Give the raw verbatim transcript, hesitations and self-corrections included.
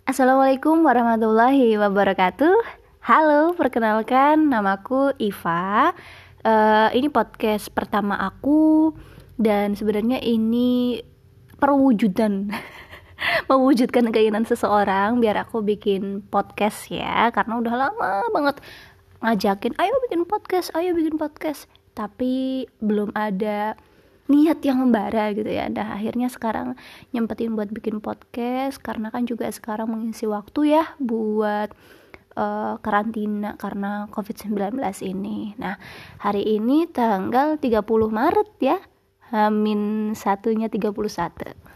Assalamualaikum warahmatullahi wabarakatuh. Halo, perkenalkan namaku Iva. Eh, ini podcast pertama aku dan sebenarnya ini perwujudan mewujudkan keinginan seseorang biar aku bikin podcast ya, karena udah lama banget ngajakin ayo bikin podcast, ayo bikin podcast, tapi belum ada niat yang membara gitu ya. Nah akhirnya sekarang nyempetin buat bikin podcast karena kan juga sekarang mengisi waktu ya buat uh, karantina karena covid sembilan belas ini. Nah hari ini tanggal tiga puluh Maret ya, Hamin satunya tiga puluh satu.